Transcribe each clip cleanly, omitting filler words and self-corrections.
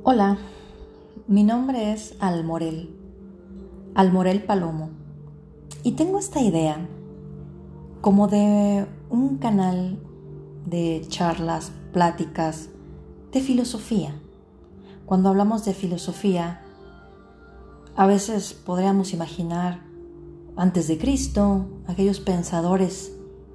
Hola, mi nombre es Almorel Palomo, y tengo esta idea como de un canal de charlas, pláticas, de filosofía. Cuando hablamos de filosofía, a veces podríamos imaginar antes de Cristo, aquellos pensadores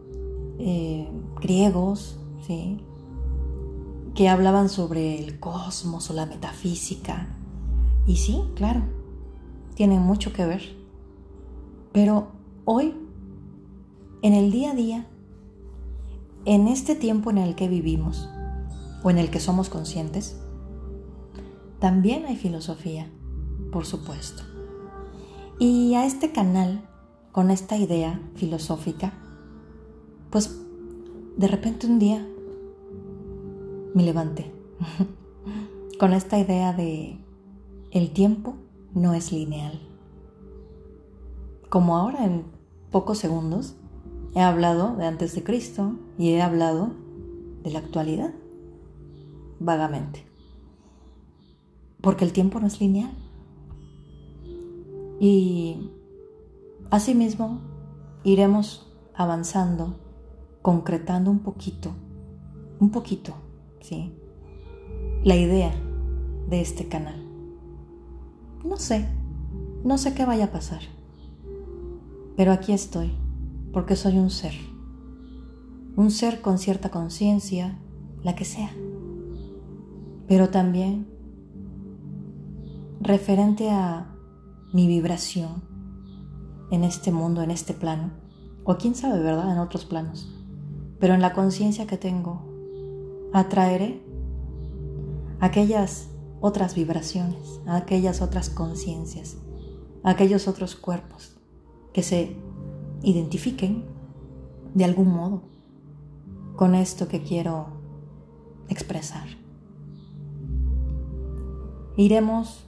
griegos, ¿sí?, que hablaban sobre el cosmos o la metafísica. Y sí, claro, tienen mucho que ver. Pero hoy, en el día a día, en este tiempo en el que vivimos o en el que somos conscientes, también hay filosofía, por supuesto. Y a este canal, con esta idea filosófica, pues de repente un día me levanté con esta idea de el tiempo no es lineal. Como ahora en pocos segundos he hablado de antes de Cristo y he hablado de la actualidad, vagamente. Porque el tiempo no es lineal. Y asimismo iremos avanzando, concretando un poquito, ¿sí?, la idea de este canal. No sé qué vaya a pasar, pero aquí estoy, porque soy un ser con cierta conciencia, la que sea, pero también referente a mi vibración en este mundo, en este plano, o quién sabe, ¿verdad?, en otros planos, pero en la conciencia que tengo, atraeré aquellas otras vibraciones, aquellas otras conciencias, aquellos otros cuerpos que se identifiquen de algún modo con esto que quiero expresar. Iremos,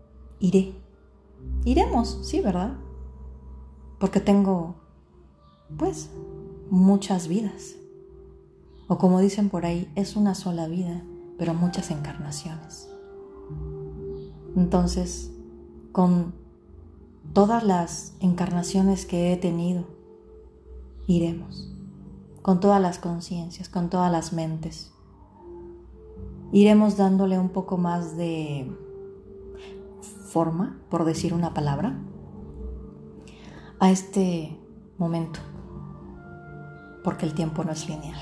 sí, ¿verdad? Porque tengo, pues, muchas vidas. O como dicen por ahí, es una sola vida, pero muchas encarnaciones. Entonces, con todas las encarnaciones que he tenido, iremos. Con todas las conciencias, con todas las mentes. Iremos dándole un poco más de forma, por decir una palabra, a este momento. Porque el tiempo no es lineal.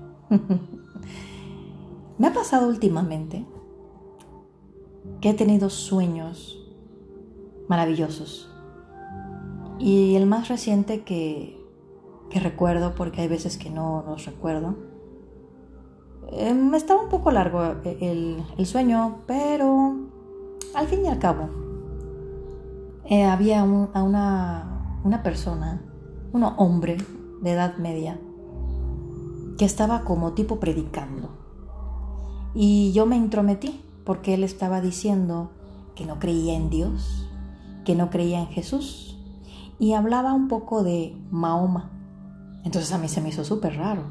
Me ha pasado últimamente que he tenido sueños maravillosos. Y el más reciente que recuerdo, porque hay veces que no los recuerdo, estaba un poco largo el sueño, pero al fin y al cabo había una persona, un hombre de edad media, que estaba como tipo predicando. Y yo me intrometí porque él estaba diciendo que no creía en Dios, que no creía en Jesús, y hablaba un poco de Mahoma. Entonces a mí se me hizo súper raro.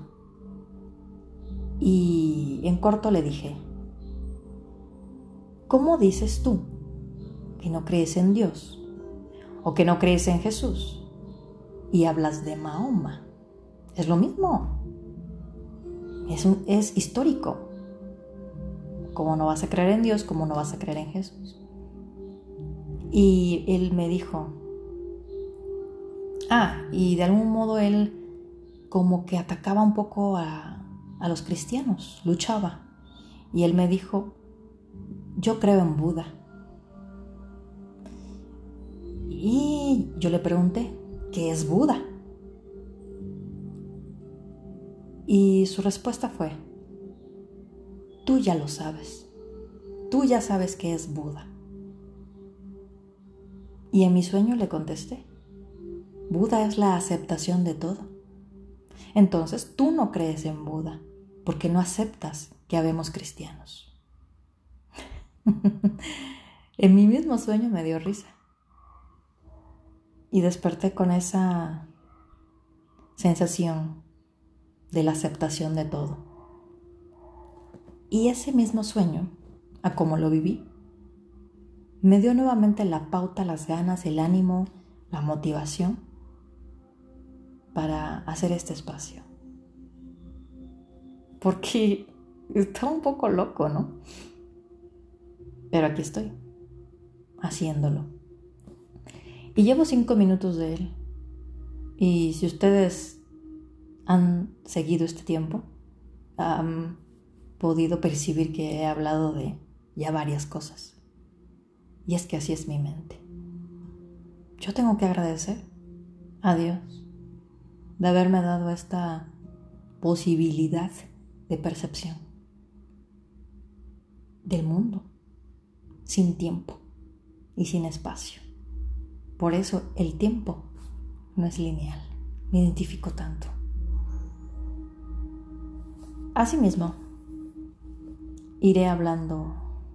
Y en corto le dije: ¿cómo dices tú que no crees en Dios o que no crees en Jesús y hablas de Mahoma? Es lo mismo. Es histórico. ¿Cómo no vas a creer en Dios? ¿Cómo no vas a creer en Jesús? Y él me dijo, y de algún modo él como que atacaba un poco a los cristianos, luchaba. Y él me dijo: yo creo en Buda. Y yo le pregunté: ¿qué es Buda? Y su respuesta fue: tú ya lo sabes. Tú ya sabes qué es Buda. Y en mi sueño le contesté: Buda es la aceptación de todo. Entonces tú no crees en Buda porque no aceptas que habemos cristianos. En mi mismo sueño me dio risa. Y desperté con esa sensación de la aceptación de todo. Y ese mismo sueño, a cómo lo viví, me dio nuevamente la pauta, las ganas, el ánimo, la motivación para hacer este espacio. Porque está un poco loco, ¿no? Pero aquí estoy, haciéndolo. Y llevo 5 minutos de él. Y si ustedes han seguido este tiempo, han podido percibir que he hablado de ya varias cosas. Y es que así es mi mente. Yo tengo que agradecer a Dios de haberme dado esta posibilidad de percepción del mundo sin tiempo y sin espacio. Por eso el tiempo no es lineal. Me identifico tanto. Asimismo, iré hablando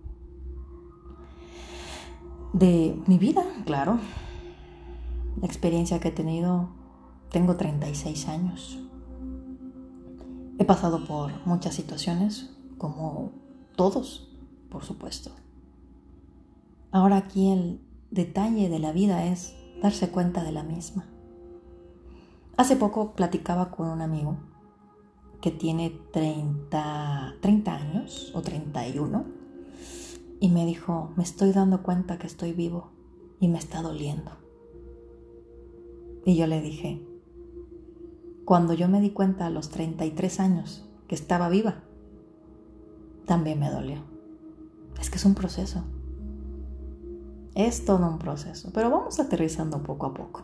de mi vida, claro. La experiencia que he tenido. Tengo 36 años. He pasado por muchas situaciones, como todos, por supuesto. Ahora aquí el detalle de la vida es darse cuenta de la misma. Hace poco platicaba con un amigo que tiene 30 años o 31 y me dijo, me estoy dando cuenta que estoy vivo y me está doliendo. Y yo le dije, cuando yo me di cuenta a los 33 años que estaba viva, también me dolió. Es que es un proceso. Es todo un proceso, pero vamos aterrizando poco a poco.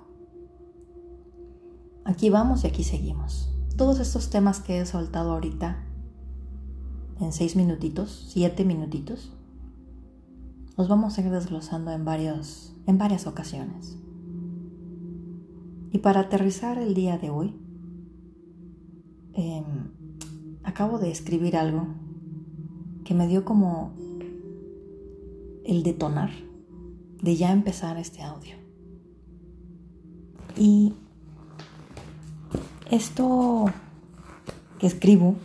Aquí vamos y aquí seguimos. Todos estos temas que he soltado ahorita en 6 minutitos, 7 minutitos, los vamos a ir desglosando en varias ocasiones. Y para aterrizar el día de hoy, acabo de escribir algo que me dio como el detonar de ya empezar este audio. Y esto que escribo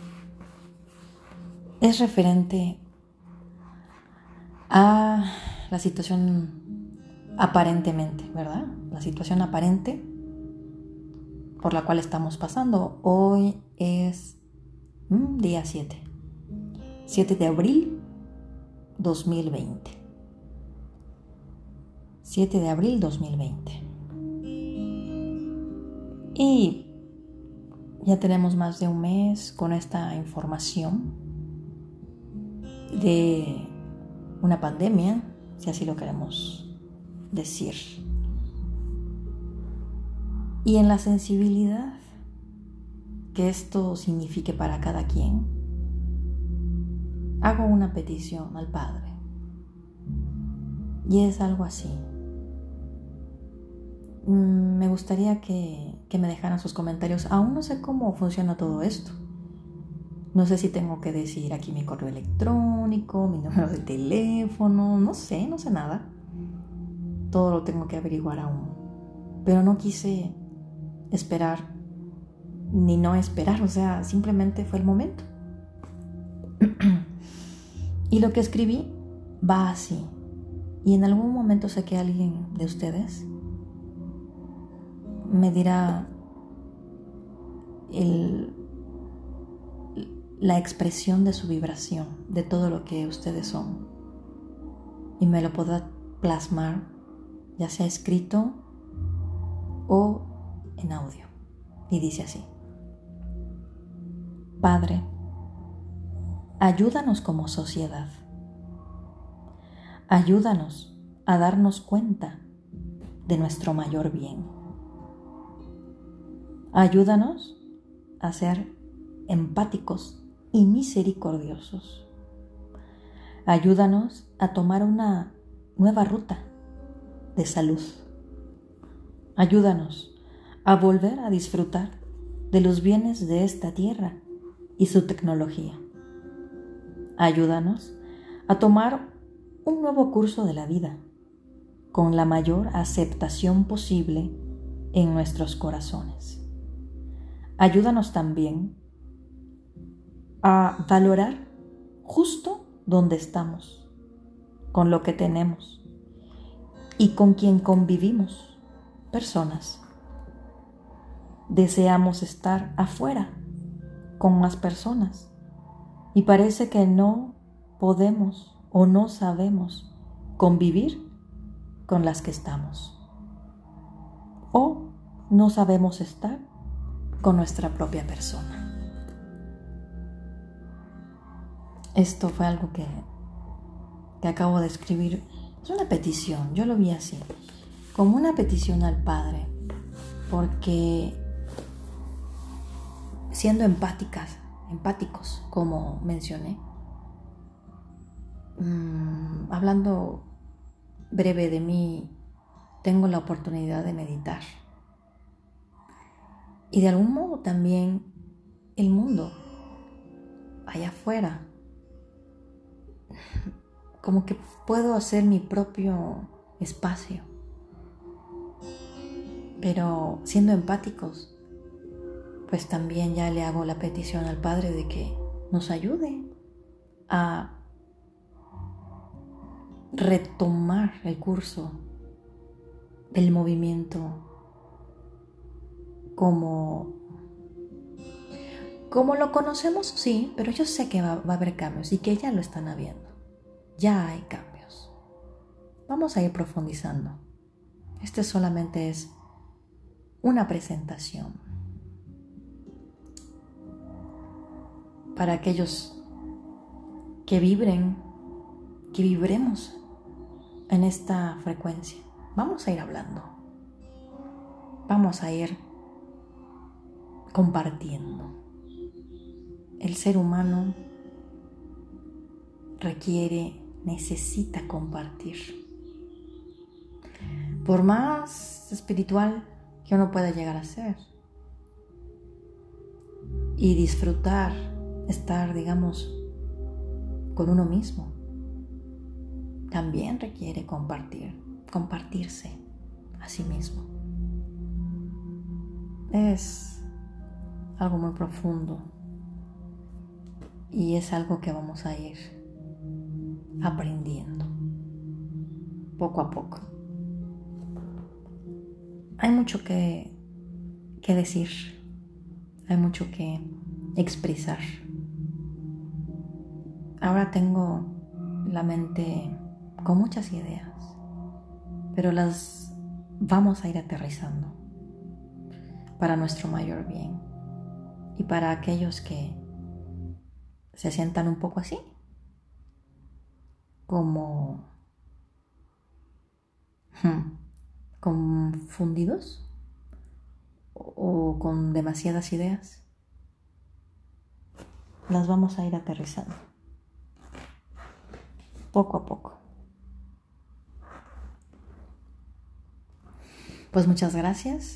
es referente a la situación aparentemente, ¿verdad? La situación aparente por la cual estamos pasando. Hoy es día 7 de abril 2020. 7 de abril 2020. Y ya tenemos más de un mes con esta información de una pandemia, si así lo queremos decir. Y en la sensibilidad que esto signifique para cada quien, hago una petición al Padre. Y es algo así. Me gustaría que me dejaran sus comentarios. Aún no sé cómo funciona todo esto. No sé si tengo que decir aquí mi correo electrónico, mi número de teléfono, no sé nada. Todo lo tengo que averiguar aún. Pero no quise esperar ni no esperar, o sea, simplemente fue el momento. Y lo que escribí va así. Y en algún momento sé que alguien de ustedes me dirá la expresión de su vibración, de todo lo que ustedes son. Y me lo podrá plasmar, ya sea escrito o en audio. Y dice así: Padre, ayúdanos como sociedad. Ayúdanos a darnos cuenta de nuestro mayor bien. Ayúdanos a ser empáticos y misericordiosos. Ayúdanos a tomar una nueva ruta de salud. Ayúdanos a volver a disfrutar de los bienes de esta tierra y su tecnología. Ayúdanos a tomar un nuevo curso de la vida con la mayor aceptación posible en nuestros corazones. Ayúdanos también a valorar justo donde estamos con lo que tenemos y con quien convivimos, personas. Deseamos estar afuera con más personas y parece que no podemos o no sabemos convivir con las que estamos, o no sabemos estar con nuestra propia persona. Esto fue algo que acabo de escribir. Es una petición, yo lo vi así, como una petición al Padre, porque siendo empáticos, como mencioné, hablando breve de mí, tengo la oportunidad de meditar. Y de algún modo también el mundo allá afuera, como que puedo hacer mi propio espacio, pero siendo empáticos, pues también ya le hago la petición al Padre de que nos ayude a retomar el curso del movimiento como lo conocemos, sí, pero yo sé que va a haber cambios y que ya lo están habiendo. Ya hay cambios. Vamos a ir profundizando. Este solamente es una presentación para aquellos que vibremos en esta frecuencia. Vamos a ir hablando. Vamos a ir compartiendo. El ser humano necesita compartir. Por más espiritual que uno pueda llegar a ser y disfrutar, estar, digamos, con uno mismo, también requiere compartirse a sí mismo. Es algo muy profundo y es algo que vamos a ir aprendiendo poco a poco. Hay mucho que decir, hay mucho que expresar. Ahora tengo la mente con muchas ideas, pero las vamos a ir aterrizando para nuestro mayor bien y para aquellos que se sientan un poco así, como confundidos o con demasiadas ideas. Las vamos a ir aterrizando poco a poco. Pues muchas gracias.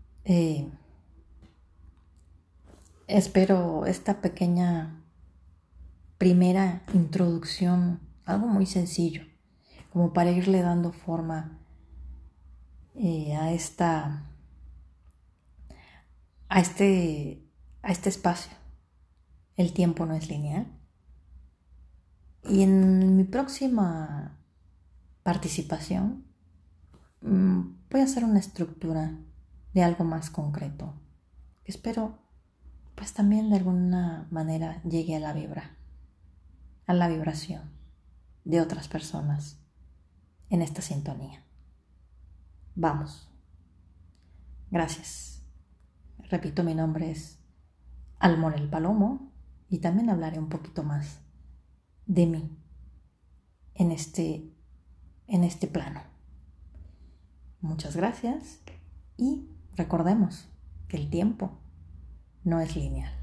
Espero esta pequeña primera introducción, algo muy sencillo, como para irle dando forma a este espacio. El tiempo no es lineal. Y en mi próxima participación voy a hacer una estructura de algo más concreto. Espero pues también de alguna manera llegue a la vibración de otras personas en esta sintonía. Vamos. Gracias. Repito, mi nombre es Almor el Palomo y también hablaré un poquito más de mí en este plano. Muchas gracias y recordemos que el tiempo no es lineal.